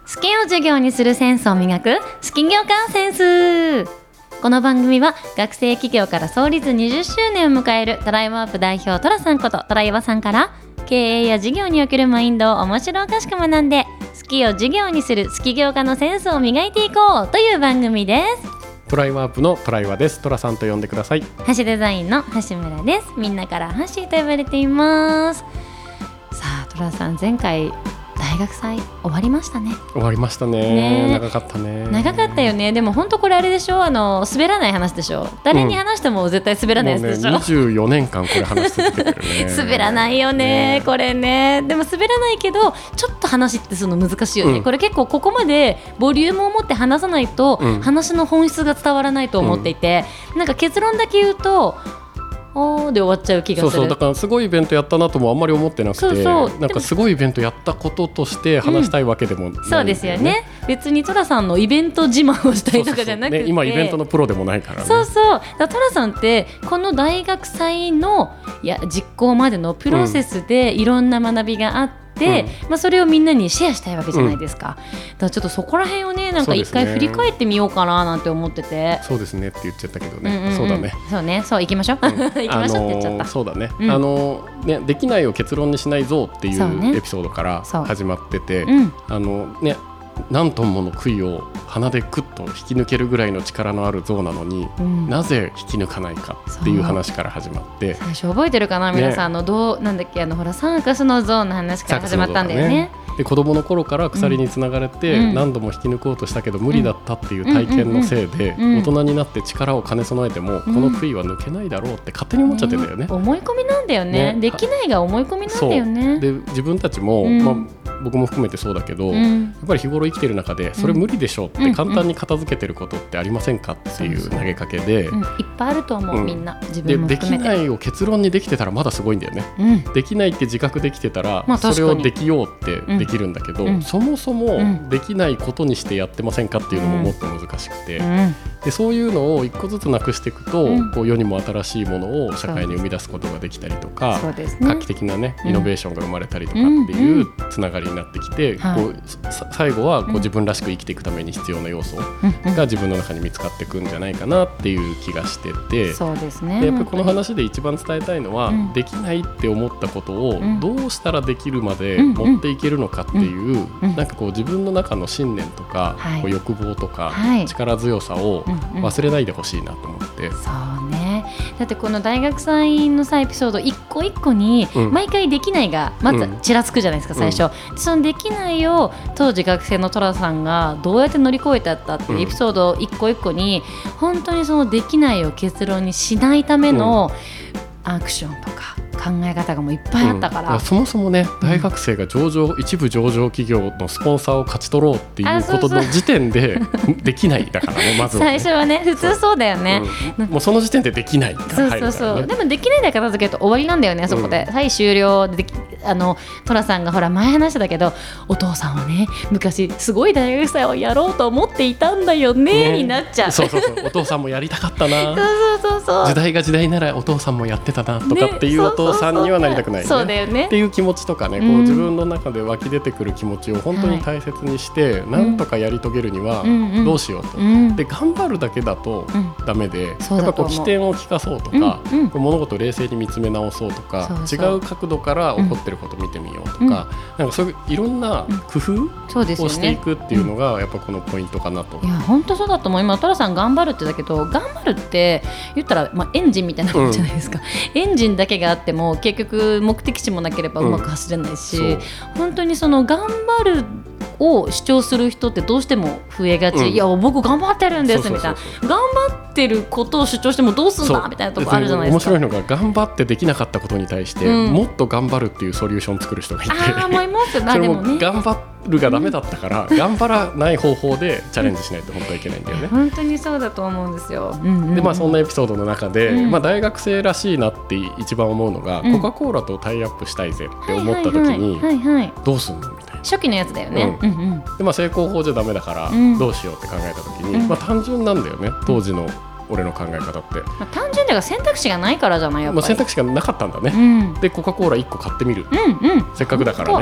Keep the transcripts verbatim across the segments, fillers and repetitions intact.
好きを授業にするセンスを磨く好き業界センス。この番組は学生企業から創立にじゅっしゅうねんを迎えるトライワープ代表トラさんことトライワさんから経営や事業におけるマインドを面白おかしく学んで好きを授業にする好き業家のセンスを磨いていこうという番組です。 トライワープのトライワです。トラさんと呼んでください。 ハシデザインの橋村です。みんなからハッシーと呼ばれています。さあトラさん、前回大学祭終わりましたね。 終わりました ね, ね長かったね。 長かったよね。でも本当これあれでしょ、あの滑らない話でしょ。誰に話しても絶対滑らないやつでしょ、うん、 もうね、にじゅうよねんかんこれ話し続けてるね滑らないよ ね, ねこれね。でも滑らないけどちょっと話ってするの難しいよね、うん、これ結構ここまでボリュームを持って話さないと、うん、話の本質が伝わらないと思っていて、うん、なんか結論だけ言うとおーで終わっちゃう気がする。 そうそう、だからすごいイベントやったなともあんまり思ってなくて、そうそうなんかすごいイベントやったこととして話したいわけでもないんだよね、うん、そうですよね。 別にトラさんのイベント自慢をしたいとかじゃなくて、 そうそうそう、ね、今イベントのプロでもないからね。 そうそう、だトラさんってこの大学祭のいや実行までのプロセスでいろんな学びがあって、でうんまあ、それをみんなにシェアしたいわけじゃないですか、うん、だからちょっとそこら辺をねなんか一回振り返ってみようかななんて思ってて。 そうですねって言っちゃったけどね、 うんうんうん、 そうだねそうねそう行きましょう、うん、行きましょうって言っちゃった、 あのー、そうだね、 うんあのーね、できないを結論にしないぞっていうエピソードから始まってて、 うん、 あのね何トンもの杭を鼻でクッと引き抜けるぐらいの力のある象なのに、うん、なぜ引き抜かないかっていう話から始まって、 最初覚えてるかな、皆さん、ね、あのどうなんだっけ、あのほらサーカスの象の話から始まったんだよね。 で子供の頃から鎖につながれて、うん、何度も引き抜こうとしたけど無理だったっていう体験のせいで、うんうんうん、大人になって力を兼ね備えても、うん、この杭は抜けないだろうって勝手に思っちゃってんだよね、 うん、思い込みなんだよ ね, ねできないが思い込みなんだよね。 で自分たちも、うんまあ、僕も含めてそうだけど、うん、やっぱり日頃生きてる中でそれ無理でしょって簡単に片付けてることってありませんかっていう投げかけで、 うん、いっぱいあると思う、うん、みんな自分もで含めて。 できないを結論にできてたらまだすごいんだよね、うん、できないって自覚できてたら、まあ、それをできようってできるんだけど、うん、そもそもできないことにしてやってませんかっていうのももっと難しくて、うん、でそういうのを一個ずつなくしていくと、うん、こう世にも新しいものを社会に生み出すことができたりとか、そうですね、画期的な、ね、イノベーションが生まれたりとかっていうつながりになってきて、うんこう最後はこう自分らしく生きていくために必要な要素が自分の中に見つかっていくんじゃないかなっていう気がしてて、 そうですね、 でやっぱりこの話で一番伝えたいのは、うん、できないって思ったことをどうしたらできるまで持っていけるのかっていう、うんうん、なんかこう自分の中の信念とか、はい、こう欲望とか、はい、力強さを忘れないでほしいなと思って、うんうん、 そうね。だってこの大学祭のさエピソード一個一個に毎回できないがまずちらつくじゃないですか、最初、うん、そのできないを当時学生のトラさんがどうやって乗り越えてあったっていうエピソード一個一個に本当にそのできないを結論にしないためのアクションとか考え方がもういっぱいあったから、うん、 そもそもね大学生が上場、うん、一部上場企業のスポンサーを勝ち取ろうっていうことの時点でできないだからねまずはね、 最初はね普通そうだよね、 うん、もうその時点でできないから入るから、ね、 そうそうそう。でもできないで片付けると終わりなんだよね、そこで、うん、はい終了であのトラさんがほら前話したけどお父さんはね昔すごい大学祭をやろうと思っていたんだよ ね, ねになっちゃう。 そうそうそうお父さんもやりたかったなそうそうそうそう時代が時代ならお父さんもやってたなとかっていうお父さんにはなりたくない、ね、 そうだよねっていう気持ちとかね、こう自分の中で湧き出てくる気持ちを本当に大切にして、はい、なんとかやり遂げるにはどうしようと、うん、で頑張るだけだとダメで、うん、やっぱこう起点を聞かそうとか、うんうん、物事を冷静に見つめ直そうとか、そうそう違う角度から起こってることを見てみようとか、うん、なんかそういういろんな工夫をしていくっていうのがやっぱこのポイントかなと、 いや本当そうだと思う。今トラさん頑張るってだけど頑張るって言ったら、まあ、エンジンみたいなもんじゃないですか、うん、エンジンだけがあっても結局目的地もなければうまく走れないし、うん、本当にその頑張るを主張する人ってどうしても増えがち、うん、いや僕頑張ってるんですみたいな、頑張ってることを主張してもどうすんだみたいなとこあるじゃないですか。 面白いのが頑張ってできなかったことに対して、うん、もっと頑張るっていうソリューションを作る人がいて、 あ思いますなそれも頑張るがダメだったから、うん、頑張らない方法でチャレンジしないと本当はいけないんだよね、 うん、本当にそうだと思うんですよ、うんうんうん、 でまあそんなエピソードの中で、うんまあ、大学生らしいなって一番思うのが、うん、コカ・コーラとタイアップしたいぜって思った時にどうすんのみたいな初期のやつだよね、うんうんうん、 でまあ、成功法じゃダメだからどうしようって考えた時に、うんまあ、単純なんだよね当時の俺の考え方って、 まあ、単純だから選択肢がないからじゃないやっぱり、 まあ、選択肢がなかったんだね、うん、でコカ・コーラいっこ買ってみる、 うんうん、 せっかくだからね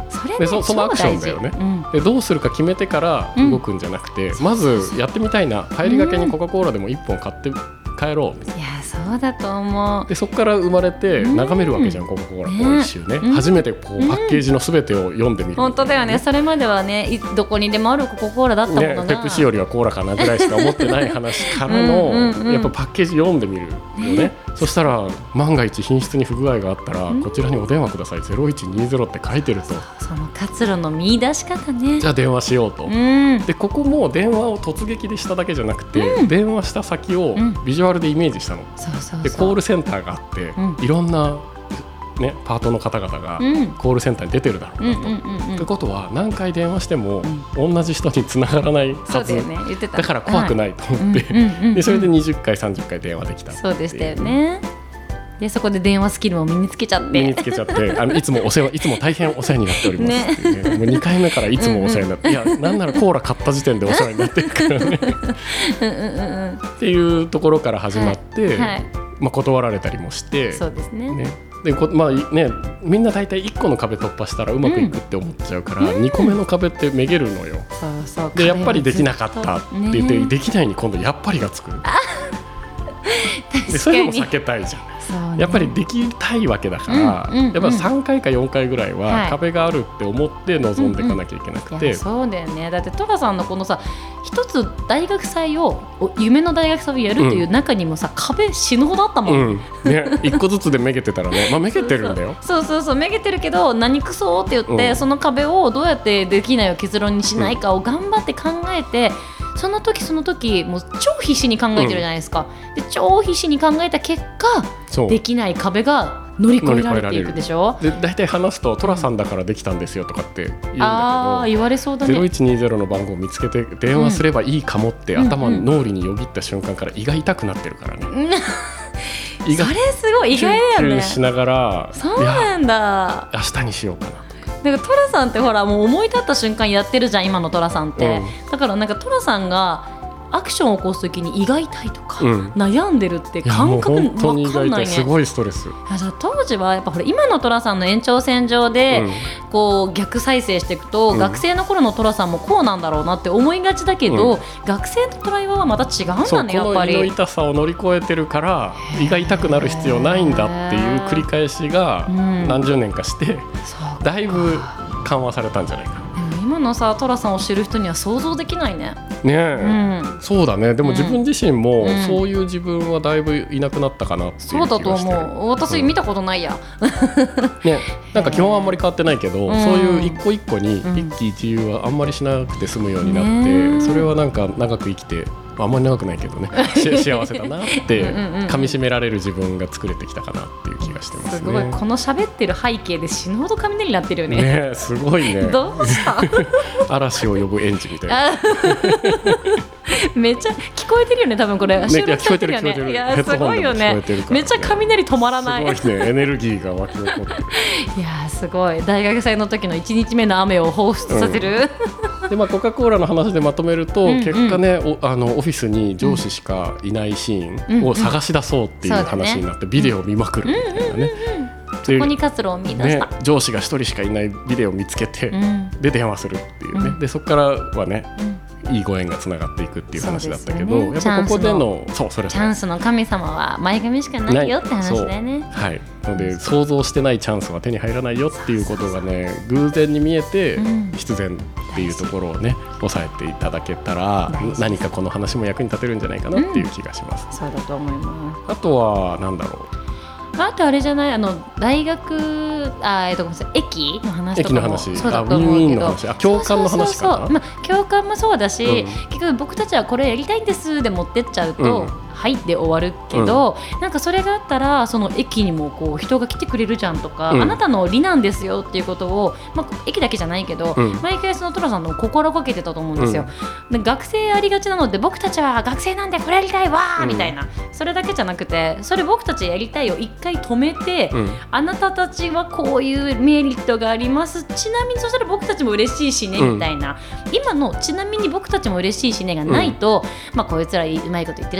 それね、 で そ, そのアクションだよね、うん、でどうするか決めてから動くんじゃなくて、うん、まずやってみたいな、帰りがけにコカ・コーラでもいっぽん買って帰ろうみたいな、 いやそうだと思う。 でそこから生まれて眺めるわけじゃん、うん、コカ・コーラ、ね、こう一周ね、うん、初めてこうパッケージのすべてを読んでみる、ね、 本当だよね。それまではね、どこにでもあるコカ・コーラだったものが、 ね、ペプシよりはコーラかなぐらいしか思ってない話からのうんうん、うん、やっぱパッケージ読んでみるよね、ね。そしたら万が一品質に不具合があったら、うん、こちらにお電話くださいゼロいちにゼロって書いてると、 その活路の見出し方ね。 じゃあ電話しようと、うん、でここも電話を突撃でしただけじゃなくて、うん、電話した先をビジュアルでイメージしたの、うん、そうそうそう、でコールセンターがあって、うん、いろんな、ね、パートの方々がコールセンターに出てるだろうなと、うんうんうんうん、ということは何回電話しても同じ人に繋がらないはず、うんね、だから怖くないと思って、はい、でそれでにじゅっかいさんじゅっかい電話できた。 そうでしたよね。でそこで電話スキルも身につけちゃって身につけちゃってあのいつもお世話いつも大変お世話になっておりますっていう、ねね、もうにかいめからいつもお世話になって、うんうん、いやなんならコーラ買った時点でお世話になってるからねうんうん、うん、っていうところから始まって、はいはい、まあ、断られたりもして、 そうですね、ねでこまあね、みんな大体いっこの壁突破したらうまくいくって思っちゃうから、うん、にこめの壁ってめげるのよ、そうそう、でやっぱりできなかったって言って、ね、できないに今度やっぱりがつくでそれも避けたいじゃん。ね、やっぱりできたいわけだから、うんうんうん、やっぱさんかいかよんかいぐらいは壁があるって思って臨んでいかなきゃいけなくて、はい、うんうん、 そうだよね。だってトラさんのこのさ、一つ大学祭を夢の大学祭をやるという中にもさ、うん、壁死ぬほどあったもん、うんね、いっこずつでめげてたらね、まあ、めげてるんだよそうそうそう、めげてるけど何クソって言って、うん、その壁をどうやってできないを結論にしないかを頑張って考えて、うん、その時その時もう超必死に考えてるじゃないですか、うん、で超必死に考えた結果できない壁が乗り越えられていくでしょ。 で大体話すとトラさんだからできたんですよとかって言うんだけど、 あー言われそうだね。 ゼロいちにゼロの番号を見つけて電話すればいいかもって、うん、頭の脳裏によぎった瞬間から胃が痛くなってるからね、 うん、胃がそれすごい意外だよね。 キュンキュンしながら、 そうなんだ、 明日にしようかなとか。 だからトラさんってほらもう思い立った瞬間やってるじゃん今のトラさんって、うん、だからなんかトラさんがアクションを起こすときに胃が痛いとか、うん、悩んでるって感覚分かんないね。 すごいストレス。 当時はやっぱほら今のトラさんの延長線上で、うん、こう逆再生していくと、うん、学生の頃のトラさんもこうなんだろうなって思いがちだけど、うん、学生のトライはまた違うんだね。やっぱりこの胃の痛さを乗り越えてるから胃が痛くなる必要ないんだっていう繰り返しが何十年かして、うん、だいぶ緩和されたんじゃないかな。 今のさトラさんを知る人には想像できないね。 ねえ、うん、そうだね。でも自分自身もそういう自分はだいぶいなくなったかなっていう気がしてる、うん、そうだと思う。私見たことないや、うんね、なんか基本はあんまり変わってないけど、うん、そういう一個一個に一喜一憂はあんまりしなくて済むようになって、うん、それはなんか長く生きてあんまり長くないけどね幸せだなって噛み締められる自分が作れてきたかなっていう気がしてますね。 すごいこの喋ってる背景で死ぬほど雷になってるよね。 ね、すごいね。 どうした嵐を呼ぶ園児みたいなめっちゃ聞こえてるよね多分これ、ね、 収録されてるよね。いやすごいよね。めっちゃ雷止まらない。 すごいね、エネルギーが湧き起こってるいやすごい。大学祭の時のいちにちめの雨を彷彿させる、 うん、でまあ、コカ・コーラの話でまとめると、うんうん、結果ねおあのオフィスに上司しかいないシーンを探し出そうっていう話になって、うんうん、ビデオを見まくるみたいなね、 そこに活路を見出した、 ね、上司が一人しかいないビデオを見つけて、うん、で電話するっていうね、うん、でそこからはね、うん、いいご縁がつながっていくっていう話だったけど、ね、やっぱここでのそうそれそれチャンスの神様は前髪しかないよって話だよね。 はい、ので想像してないチャンスは手に入らないよっていうことがね偶然に見えて、うん、必然っていうところをね抑えていただけたら何かこの話も役に立てるんじゃないかなっていう気がします、 うん、そうだと思います。 あとはなんだろう、 あとあれじゃない、あの大学あ、えっと、駅の話とかも駅の話、 そうだと思うけど、 ウィンウィンの話、あ共感の話かな。 そうそうそう、まあ、共感もそうだし、うん、結局僕たちはこれやりたいんですで持ってっちゃうと、うん、はいで終わるけど、うん、なんかそれがあったらその駅にもこう人が来てくれるじゃんとか、うん、あなたの理なんですよっていうことを、まあ、駅だけじゃないけど、うん、毎回そのトラさんの心がけてたと思うんですよ、うん、学生ありがちなので僕たちは学生なんでこれやりたいわーみたいな、うん、それだけじゃなくてそれ僕たちやりたいを一回止めて、うん、あなたたちはこういうメリットがあります、ちなみにそしたら僕たちも嬉しいしね、うん、みたいな今のちなみに僕たちも嬉しいしねがないと、うん、まあこいつらうまいこと言ってるだけだな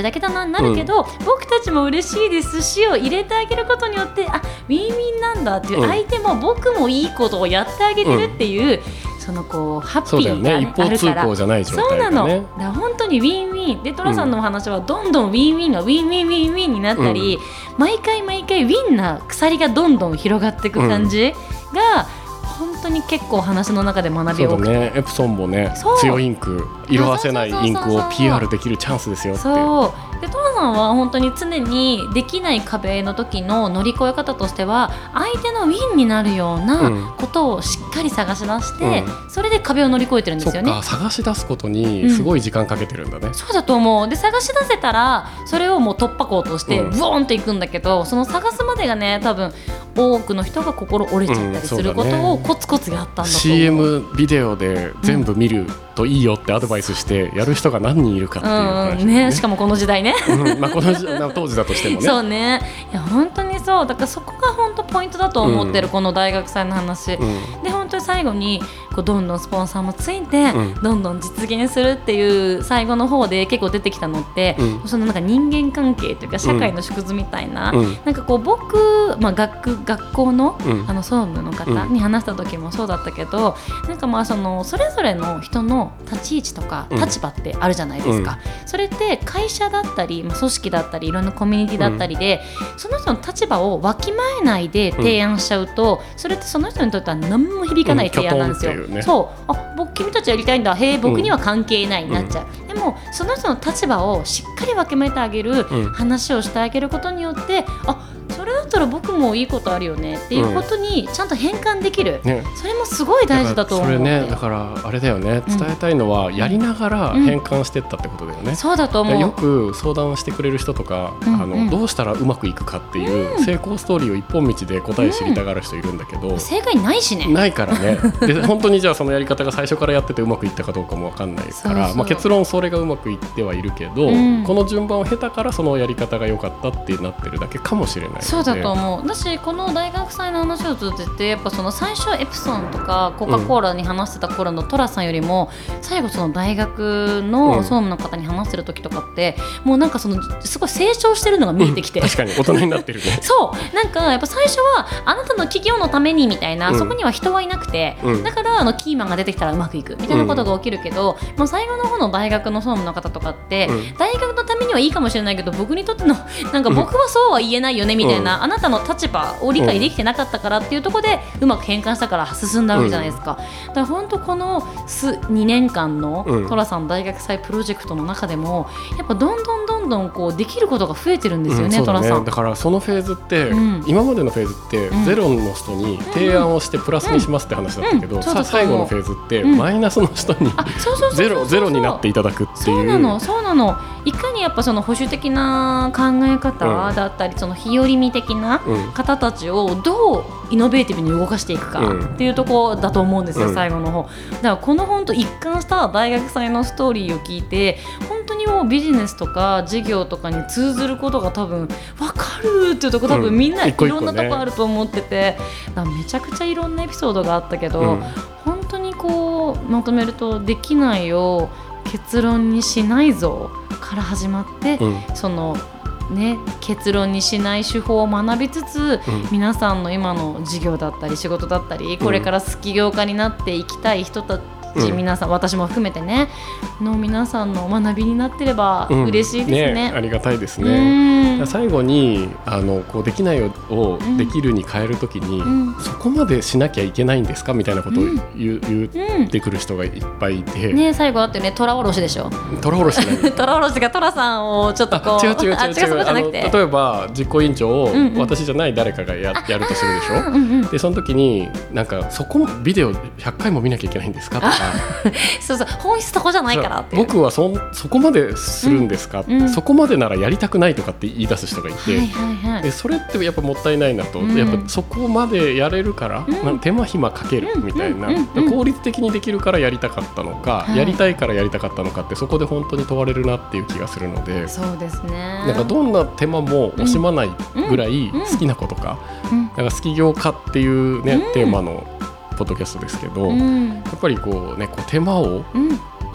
になるけど、うん、僕たちも嬉しいですしを入れてあげることによってあウィンウィンなんだっていう、相手も僕もいいことをやってあげてるっていう、うん、そのこうハッピーが、ね、 ね、一方通行じゃない状態がね、 そうなの。だから本当にウィンウィンでトラさんのお話はどんどんウィンウィンがウィンウィンウィンウィンになったり、うん、毎回毎回ウィンな鎖がどんどん広がっていく感じが、うん本当に結構話の中で学びを多くて、 そうだね、エプソンもね強いインク色あせないインクを ピーアール できるチャンスですよって。 そうでトラさんは本当に常にできない壁の時の乗り越え方としては相手のウィンになるようなことをしっかり探し出して、うん、それで壁を乗り越えてるんですよね。 そっか、探し出すことにすごい時間かけてるんだね、 うん、そうだと思う。で探し出せたらそれをもう突破口としてブーンっていくんだけど、うん、その探すまでがね多分多くの人が心折れちゃったりすることをコツコツやったんだと思う、うん、 シーエム ビデオで全部見るといいよってアドバイスしてやる人が何人いるかっていう話ですね、うんうんね、 しかもこの時代ね、 うんまあ、この当時だとしてもねそうね、いや本当にそうだからそこが本当ポイントだと思ってる、うん、この大学祭の話、うん、で本当に最後にこうどんどんスポンサーもついて、うん、どんどん実現するっていう最後の方で結構出てきたのって、うん、そのなんか人間関係というか社会の縮図みたいな、うん、なんかこう僕、まあ、学, 学校 の,、うん、あの総務の方に話した時もそうだったけど、うん、なんかまあ そ, のそれぞれの人の立ち位置とか立場ってあるじゃないですか、うん、それって会社だったり、まあ、組織だったりいろんなコミュニティだったりで、うん、その人の立場をわきまえないで提案しちゃうと、うん、それってその人にとっては何も響かない提案なんですよ、うんね、そうあ僕君たちやりたいんだへえ僕には関係ないになっちゃう、うん、でもその人の立場をしっかりわきまえてあげる、うん、話をしてあげることによってあそれだったら僕もいいことあるよねっていうことにちゃんと変換できる、うんね、それもすごい大事だと思う。 それね、だからあれだよね、伝えたいのはやりながら変換していったってことだよね、 うん、そうだと思う。 よく相談してくれる人とか、うんうん、あのどうしたらうまくいくかっていう成功ストーリーを一本道で答え知りたがる人いるんだけど、 うん、正解ないしねないからねで本当にじゃあそのやり方が最初からやっててうまくいったかどうかも分かんないからそうそう、まあ、結論それがうまくいってはいるけど、うん、この順番を経たからそのやり方が良かったってなってるだけかもしれないので。 そうだと思う。だしこの大学祭の話を通じてやっぱその最初エプソンとかコカ・コーラに話してた頃のトラさんよりも最後その大学の総務の方に話してる時とかってもうなんかそのすごい成長してるのが見えてきて、 うん、確かに大人になってるねそうなんかやっぱ最初はあなたの企業のためにみたいな、うん、そこには人はいなくて、うん、だからあのキーマンが出てきたらうまくいくみたいなことが起きるけど、うん、もう最後の方の大学の総務の方とかって、うん、大学のためにはいいかもしれないけど僕にとってのなんか僕はそうは言えないよねみたいな、うん、あなたの立場を理解できてなかったからっていうところでうまく変換したから進んだわけじゃないですか、うん、だから本当このにねんかんのトラさん大学祭プロジェクトの中でもやっぱどんどんどんどんこうできることが増えてるんですよね、うん、トラさん。 だからそのフェーズって、うん、今までのフェーズってゼロの人に提案をしてプラスにしますって話だったけど、さ最後のフェーズってマイナスの人にゼロゼロになっていただくっていう。 そうなのそうなの。いかにやっぱその保守的な考え方だったり、うん、その日和見的な方たちをどうイノベーティブに動かしていくかっていうところだと思うんですよ、うん、最後の方だからこの本当一貫した大学祭のストーリーを聞いて本当にもうビジネスとか事業とかに通ずることが多分分かるっていうところ多分みんないろんなとこあると思ってて、うん、だからめちゃくちゃいろんなエピソードがあったけど、うん、本当にこうまとめるとできないを結論にしないぞから始まって、うん、そのね、結論にしない手法を学びつつ、うん、皆さんの今の事業だったり仕事だったりこれから起業家になっていきたい人たち、うん、皆さん私も含めてねの皆さんの学びになってれば嬉しいですね、うんね、 ありがたいですね。最後にあのこうできないをできるに変えるときに、うん、そこまでしなきゃいけないんですかみたいなことを言、うん、言ってくる人がいっぱいいて、 ね、最後だってね虎おろしでしょ。 虎おろし虎おろしが虎さんをちょっとこう違う違う違う違うあ違うそこじゃなくて例えば実行委員長を私じゃない誰かが や,、うんうん、やるとするでしょ、うんうん、でその時になんかそこビデオひゃっかいも見なきゃいけないんですかとかそうそう本質そこじゃないからっていう僕は そ, そこまでするんですか、うんうん、そこまでならやりたくないとかって言い出す人がいて、はいはいはい、でそれってやっぱもったいないなと、うん、やっぱそこまでやれるから、うん、手間暇かけるみたいな、うんうんうん、効率的にできるからやりたかったのか、はい、やりたいからやりたかったのかってそこで本当に問われるなっていう気がするので、 そうですね、 なんかどんな手間も惜しまないぐらい好きなことか、うんうん、なんか好き業家っていう、ねうん、テーマのポッドキャストですけど、うん、やっぱりこう、ね、こう手間を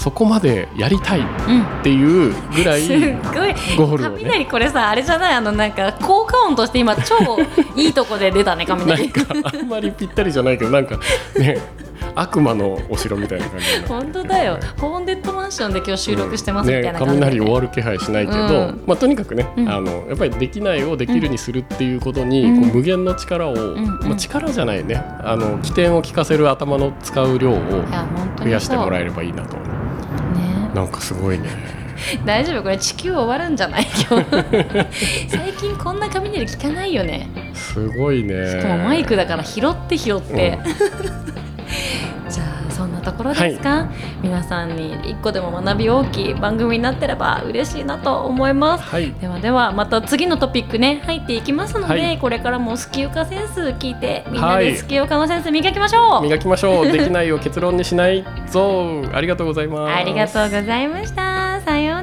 そこまでやりたいっていうぐらい、うん、すごいゴールを、ね、 雷これさあれじゃないあのなんか効果音として今超いいとこで出たね雷なんかあんまりぴったりじゃないけどなんかね悪魔のお城みたいな感じ本当だよホーンデッドマンションで今日収録してますみたいな感じで、 ね、雷終わる気配しないけど、うんまあ、とにかくね、うん、あのやっぱりできないをできるにするっていうことに、うん、こう無限の力を、うんまあ、力じゃないねあの起点を利かせる頭の使う量を増やしてもらえればいいなと、ね、なんかすごいね大丈夫これ地球終わるんじゃない今日最近こんな雷聞かないよねすごいねしかもマイクだから拾って拾って、うんじゃあそんなところですか、はい、皆さんに一個でも学び大きい番組になってれば嬉しいなと思います、はい、ではではまた次のトピックね入っていきますので、はい、これからもスキユカセンス聞いてみんなでスキユカのセンス磨きましょう、 はい、磨きましょうできないを結論にしないぞありがとうございますありがとうございましたさようなら